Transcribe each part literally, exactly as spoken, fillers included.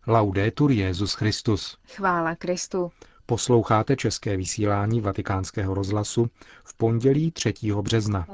Laudetur Jesus Christus. Chvála Kristu. Posloucháte české vysílání Vatikánského rozhlasu v pondělí třetího března.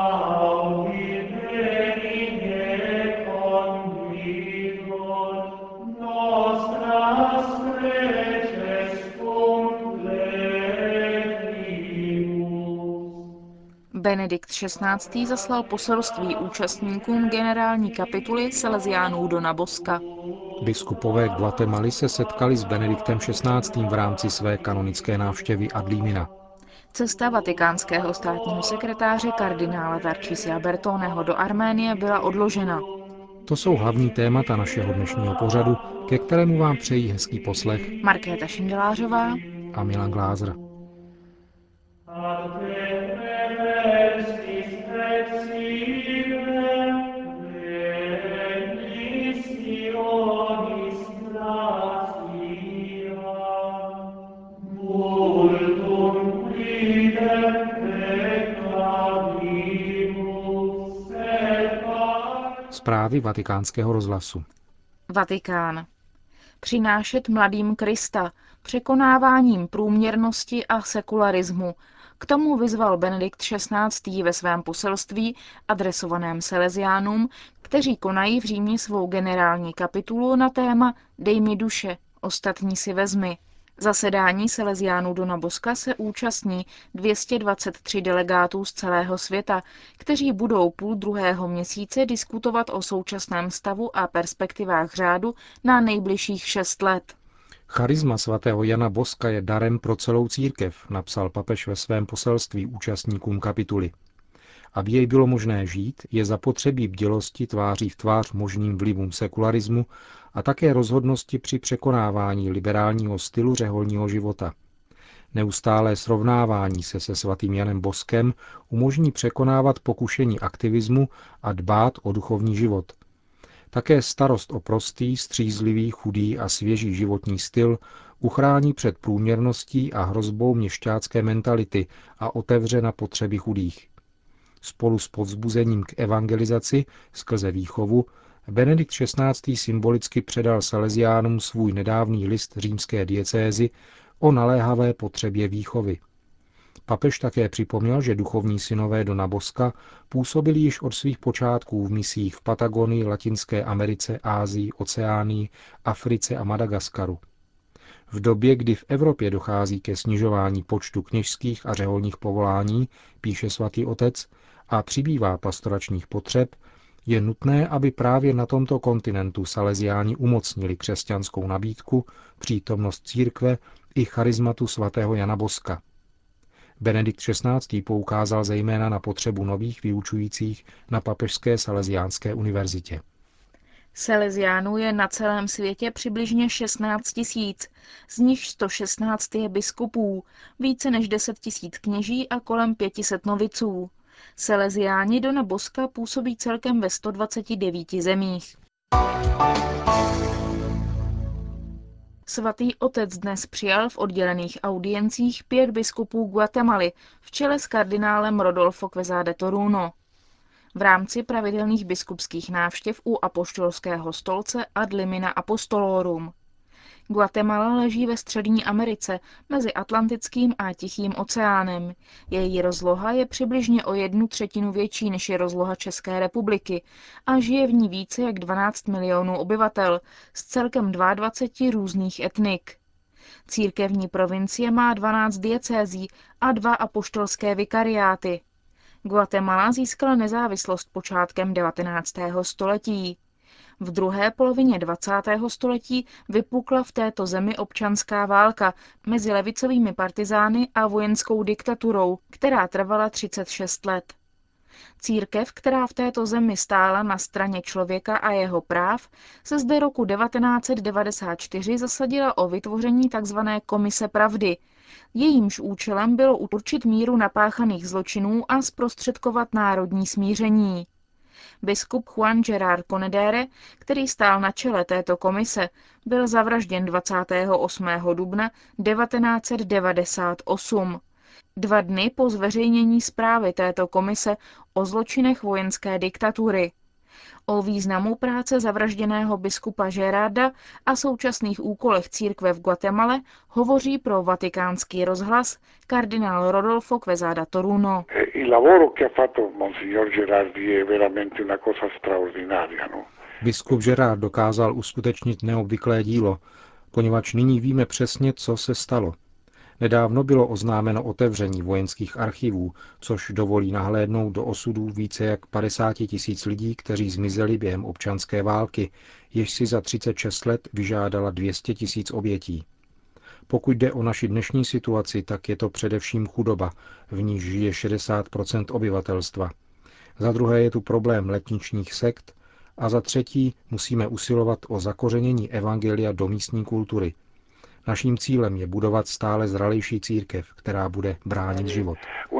Benedikt šestnáctý. Zaslal poselství účastníkům generální kapituly Salesiánů Dona Bosca. Biskupové Guatemaly se setkali s Benediktem šestnáctým. v rámci své kanonické návštěvy ad limina. Cesta vatikánského státního sekretáře kardinála Tarcisia Bertoneho do Arménie byla odložena. To jsou hlavní témata našeho dnešního pořadu, ke kterému vám přejí hezký poslech Markéta Šindelářová a Milan Glázer. Zprávy Vatikánského rozhlasu. Vatikán. Přinášet mladým Krista, překonáváním průměrnosti a sekularismu. K tomu vyzval Benedikt šestnáctý. ve svém poselství adresovaném Salesiánům, kteří konají v Římě svou generální kapitulu na téma Dej mi duše, ostatní si vezmi. Zasedání Salesiánů Dona Bosca se účastní dvě stě dvacet tři delegátů z celého světa, kteří budou půl druhého měsíce diskutovat o současném stavu a perspektivách řádu na nejbližších šest let. Charisma svatého Jana Boska je darem pro celou církev, napsal papež ve svém poselství účastníkům kapituly. Aby jej bylo možné žít, je zapotřebí bdělosti tváří v tvář možným vlivům sekularismu a také rozhodnosti při překonávání liberálního stylu řeholního života. Neustálé srovnávání se se svatým Janem Boskem umožní překonávat pokušení aktivismu a dbát o duchovní život. Také starost o prostý, střízlivý, chudý a svěží životní styl uchrání před průměrností a hrozbou měšťácké mentality a otevře na potřeby chudých. Spolu s povzbuzením k evangelizaci skrze výchovu Benedikt šestnáctý. symbolicky předal Salesiánům svůj nedávný list římské diecézy o naléhavé potřebě výchovy. Papež také připomněl, že duchovní synové Dona Bosca působili již od svých počátků v misích v Patagonii, Latinské Americe, Asii, Oceánii, Africe a Madagaskaru. V době, kdy v Evropě dochází ke snižování počtu kněžských a řeholních povolání, píše svatý otec, a přibývá pastoračních potřeb, je nutné, aby právě na tomto kontinentu Salesiáni umocnili křesťanskou nabídku, přítomnost církve i charizmatu svatého Jana Boska. Benedikt šestnáctý. poukázal zejména na potřebu nových vyučujících na Papežské salesiánské univerzitě. Salesiánů je na celém světě přibližně šestnáct tisíc, z nich sto šestnáct je biskupů, více než deset tisíc kněží a kolem pět set noviců. Salesiáni Dona Bosca působí celkem ve sto dvaceti devíti zemích. Svatý otec dnes přijal v oddělených audiencích pět biskupů Guatemaly v čele s kardinálem Rodolfo Quezada de Toruno. V rámci pravidelných biskupských návštěv u apoštolského stolce ad limina apostolorum. Guatemala leží ve střední Americe mezi Atlantickým a Tichým oceánem. Její rozloha je přibližně o jednu třetinu větší než je rozloha České republiky a žije v ní více jak dvanáct milionů obyvatel z celkem dvacet dva různých etnik. Církevní provincie má dvanáct diecézí a dva apoštolské vikariáty. Guatemala získala nezávislost počátkem devatenáctého století. V druhé polovině dvacátého století vypukla v této zemi občanská válka mezi levicovými partizány a vojenskou diktaturou, která trvala třicet šest let. Církev, která v této zemi stála na straně člověka a jeho práv, se zde roku devatenáct set devadesát čtyři zasadila o vytvoření tzv. Komise pravdy. Jejímž účelem bylo určit míru napáchaných zločinů a zprostředkovat národní smíření. Biskup Juan Gerard Conedere, který stál na čele této komise, byl zavražděn dvacátého osmého dubna devatenáct set devadesát osm. Dva dny po zveřejnění zprávy této komise o zločinech vojenské diktatury. O významu práce zavražděného biskupa Gerarda a současných úkolech církve v Guatemale hovoří pro Vatikánský rozhlas kardinál Rodolfo Quezada Toruno. Biskup Gerard dokázal uskutečnit neobvyklé dílo, poněvadž nyní víme přesně, co se stalo. Nedávno bylo oznámeno otevření vojenských archivů, což dovolí nahlédnout do osudů více jak padesát tisíc lidí, kteří zmizeli během občanské války, jež si za třicet šest let vyžádala dvě stě tisíc obětí. Pokud jde o naši dnešní situaci, tak je to především chudoba, v níž žije šedesát procent obyvatelstva. Za druhé je tu problém letničních sekt a za třetí musíme usilovat o zakořenění evangelia do místní kultury. Naším cílem je budovat stále zralejší církev, která bude bránit život.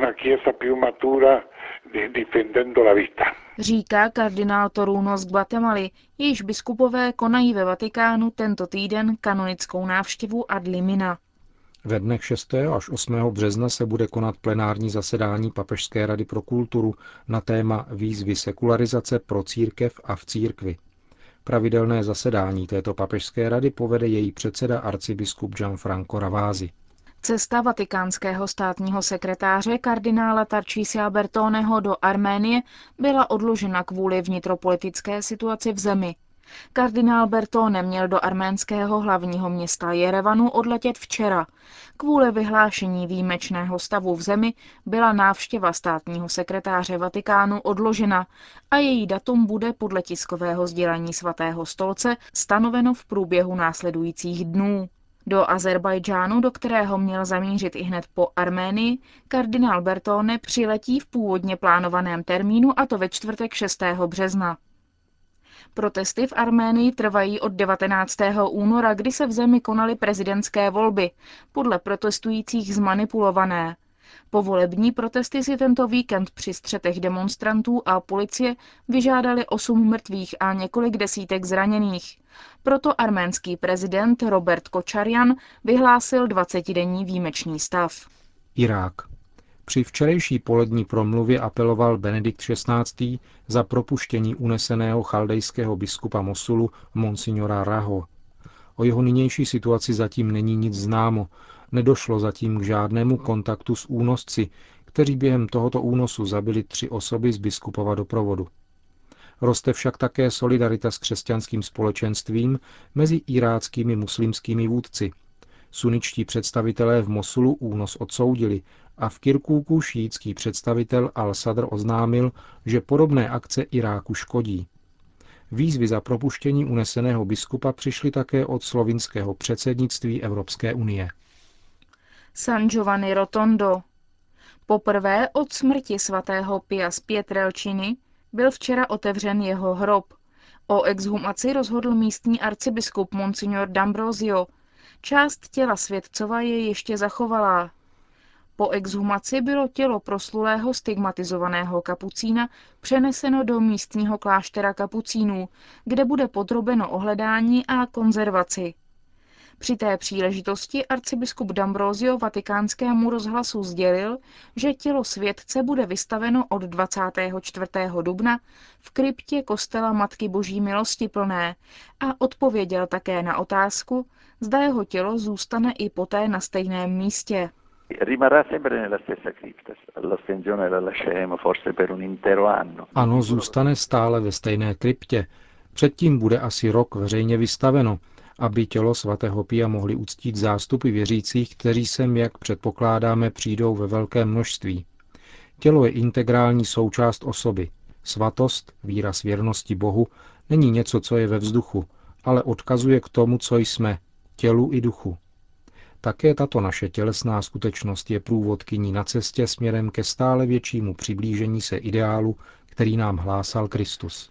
Říká kardinál Toruno z Guatemaly, jejíž biskupové konají ve Vatikánu tento týden kanonickou návštěvu ad limina. Ve dnech šestého až osmého března se bude konat plenární zasedání Papežské rady pro kulturu na téma výzvy sekularizace pro církev a v církvi. Pravidelné zasedání této papežské rady povede její předseda arcibiskup Gianfranco Ravasi. Cesta vatikánského státního sekretáře kardinála Tarcisia Bertoneho do Arménie byla odložena kvůli vnitropolitické situaci v zemi. Kardinál Bertone měl do arménského hlavního města Jerevanu odletět včera. Kvůli vyhlášení výjimečného stavu v zemi byla návštěva státního sekretáře Vatikánu odložena a její datum bude podle tiskového sdělení Svatého stolce stanoveno v průběhu následujících dnů. Do Azerbajdžánu, do kterého měl zamířit ihned po Arménii, kardinál Bertone přiletí v původně plánovaném termínu, a to ve čtvrtek šestého března. Protesty v Arménii trvají od devatenáctého února, kdy se v zemi konaly prezidentské volby, podle protestujících zmanipulované. Povolební protesty si tento víkend při střetech demonstrantů a policie vyžádali osm mrtvých a několik desítek zraněných. Proto arménský prezident Robert Kočarjan vyhlásil dvacetidenní výjimečný stav. Irák. Při včerejší polední promluvě apeloval Benedikt šestnáctý za propuštění uneseného chaldejského biskupa Mosulu monsignora Raho. O jeho nynější situaci zatím není nic známo, nedošlo zatím k žádnému kontaktu s únosci, kteří během tohoto únosu zabili tři osoby z biskupova doprovodu. Roste však také solidarita s křesťanským společenstvím mezi iráckými muslimskými vůdci. Suničtí představitelé v Mosulu únos odsoudili a v Kirkúku šíitský představitel Al-Sadr oznámil, že podobné akce Iráku škodí. Výzvy za propuštění uneseného biskupa přišly také od slovinského předsednictví Evropské unie. San Giovanni Rotondo. Poprvé od smrti svatého Pia z Pietrelciny byl včera otevřen jeho hrob. O exhumaci rozhodl místní arcibiskup Monsignor D'Ambrosio. Část těla světcova je ještě zachovalá. Po exhumaci bylo tělo proslulého stigmatizovaného kapucína přeneseno do místního kláštera kapucínů, kde bude podrobeno ohledání a konzervaci. Při té příležitosti arcibiskup D'Ambrosio Vatikánskému rozhlasu sdělil, že tělo světce bude vystaveno od dvacátého čtvrtého dubna v kryptě kostela Matky Boží milostiplné a odpověděl také na otázku, zda jeho tělo zůstane i poté na stejném místě. Ano, zůstane stále ve stejné kryptě. Předtím bude asi rok veřejně vystaveno, aby tělo svatého Pia mohli uctít zástupy věřících, kteří sem, jak předpokládáme, přijdou ve velkém množství. Tělo je integrální součást osoby. Svatost, výraz věrnosti Bohu, není něco, co je ve vzduchu, ale odkazuje k tomu, co jsme, tělu i duchu. Také tato naše tělesná skutečnost je průvodkyní na cestě směrem ke stále většímu přiblížení se ideálu, který nám hlásal Kristus.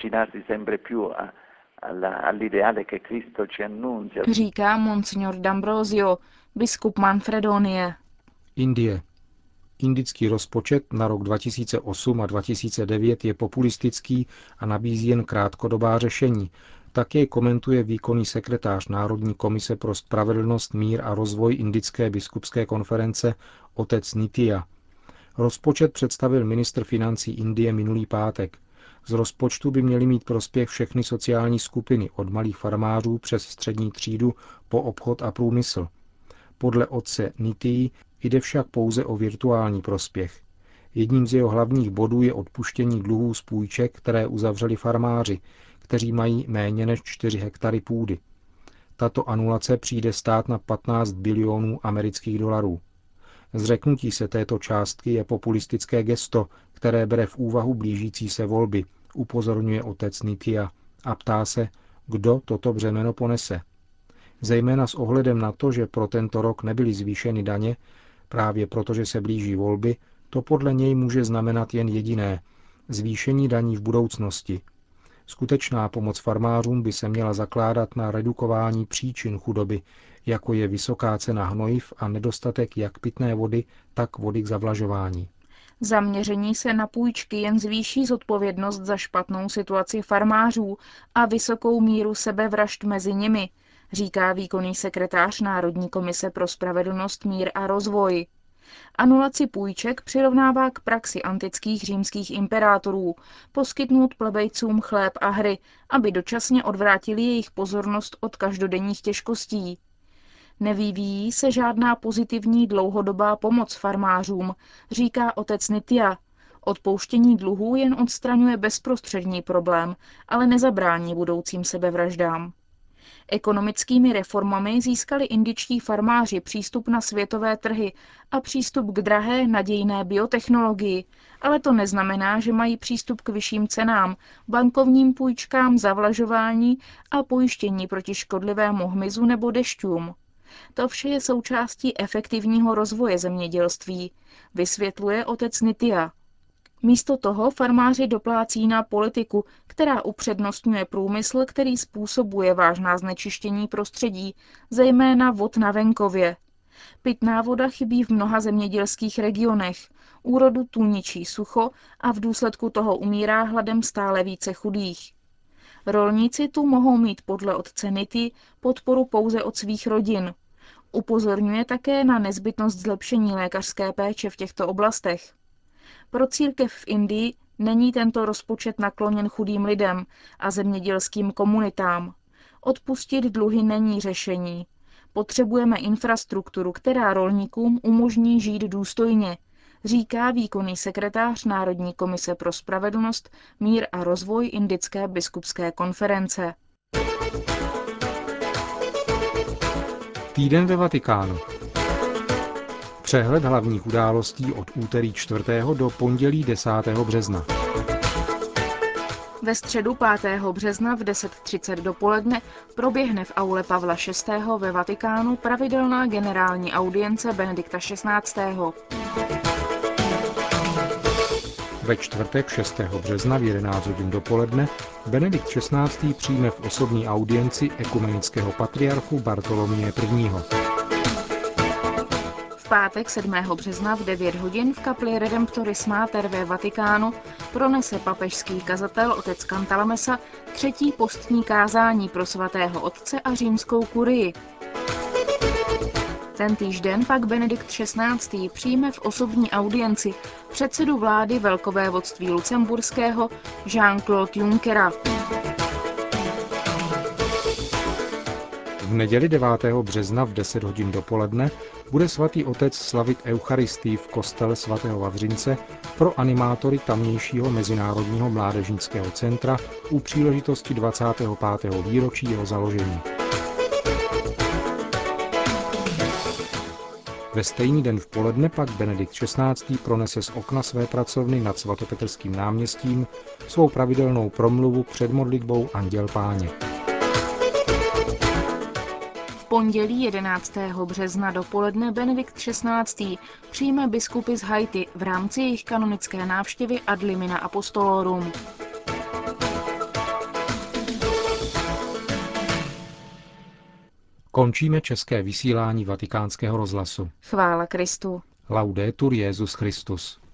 Říká monsignor D'Ambrosio, biskup Manfredonie. Indie. Indický rozpočet na rok dva tisíce osm a dva tisíce devět je populistický a nabízí jen krátkodobá řešení. Tak jej komentuje výkonný sekretář Národní komise pro spravedlnost, mír a rozvoj Indické biskupské konference otec Nitya. Rozpočet představil ministr financí Indie minulý pátek. Z rozpočtu by měly mít prospěch všechny sociální skupiny, od malých farmářů přes střední třídu po obchod a průmysl. Podle otce Nityi jde však pouze o virtuální prospěch. Jedním z jeho hlavních bodů je odpuštění dluhů z půjček, které uzavřeli farmáři, kteří mají méně než čtyři hektary půdy. Tato anulace přijde stát na patnáct bilionů amerických dolarů. Zřeknutí se této částky je populistické gesto, které bere v úvahu blížící se volby, upozorňuje otec Nitya a ptá se, kdo toto břemeno ponese. Zejména s ohledem na to, že pro tento rok nebyly zvýšeny daně, právě protože se blíží volby, to podle něj může znamenat jen jediné – zvýšení daní v budoucnosti. Skutečná pomoc farmářům by se měla zakládat na redukování příčin chudoby, jako je vysoká cena hnojiv a nedostatek jak pitné vody, tak vody k zavlažování. Zaměření se na půjčky jen zvýší zodpovědnost za špatnou situaci farmářů a vysokou míru sebevražd mezi nimi, říká výkonný sekretář Národní komise pro spravedlnost, mír a rozvoj. Anulaci půjček přirovnává k praxi antických římských imperátorů poskytnout plebejcům chléb a hry, aby dočasně odvrátili jejich pozornost od každodenních těžkostí. Nevyvíjí se žádná pozitivní dlouhodobá pomoc farmářům, říká otec Nitya. Odpouštění dluhů jen odstraňuje bezprostřední problém, ale nezabrání budoucím sebevraždám. Ekonomickými reformami získali indičtí farmáři přístup na světové trhy a přístup k drahé, nadějné biotechnologii, ale to neznamená, že mají přístup k vyšším cenám, bankovním půjčkám, zavlažování a pojištění proti škodlivému hmyzu nebo dešťům. To vše je součástí efektivního rozvoje zemědělství, vysvětluje otec Nitya. Místo toho farmáři doplácí na politiku, která upřednostňuje průmysl, který způsobuje vážná znečištění prostředí, zejména vod na venkově. Pitná voda chybí v mnoha zemědělských regionech, úrodu tu ničí sucho a v důsledku toho umírá hladem stále více chudých. Rolníci tu mohou mít podle otce Nityi podporu pouze od svých rodin. Upozorňuje také na nezbytnost zlepšení lékařské péče v těchto oblastech. Pro církev v Indii není tento rozpočet nakloněn chudým lidem a zemědělským komunitám. Odpustit dluhy není řešení. Potřebujeme infrastrukturu, která rolníkům umožní žít důstojně, říká výkonný sekretář Národní komise pro spravedlnost, mír a rozvoj Indické biskupské konference. Týden ve Vatikánu. Přehled hlavních událostí od úterý čtvrtého do pondělí desátého března. Ve středu pátého března v deset třicet dopoledne proběhne v aule Pavla šestého ve Vatikánu pravidelná generální audience Benedikta šestnáctého. Ve čtvrtek šestého března v jedenáct hodin dopoledne Benedikt šestnáctý přijme v osobní audienci ekumenického patriarchu Bartoloměje prvního. V pátek sedmého března v devět hodin v kapli Redemptoris Mater ve Vatikánu pronese papežský kazatel otec Cantalamessa třetí postní kázání pro svatého otce a římskou kurii. Tentýž den pak Benedikt šestnáctý přijme v osobní audienci předsedu vlády velkovévodství lucemburského Jean-Claude Junckera. V neděli devátého března v deset hodin dopoledne bude svatý otec slavit Eucharistii v kostele svatého Vavřince pro animátory tamnějšího mezinárodního mládežnického centra u příležitosti dvacátého pátého výročí jeho založení. Ve stejný den v poledne pak Benedikt šestnáctý pronese z okna své pracovny nad svatopetrským náměstím svou pravidelnou promluvu před modlitbou Anděl Páně. V pondělí jedenáctého března dopoledne Benedikt šestnáctý přijme biskupy z Haiti v rámci jejich kanonické návštěvy ad limina apostolorum. Končíme české vysílání Vatikánského rozhlasu. Chvála Kristu. Laudetur Jesus Christus.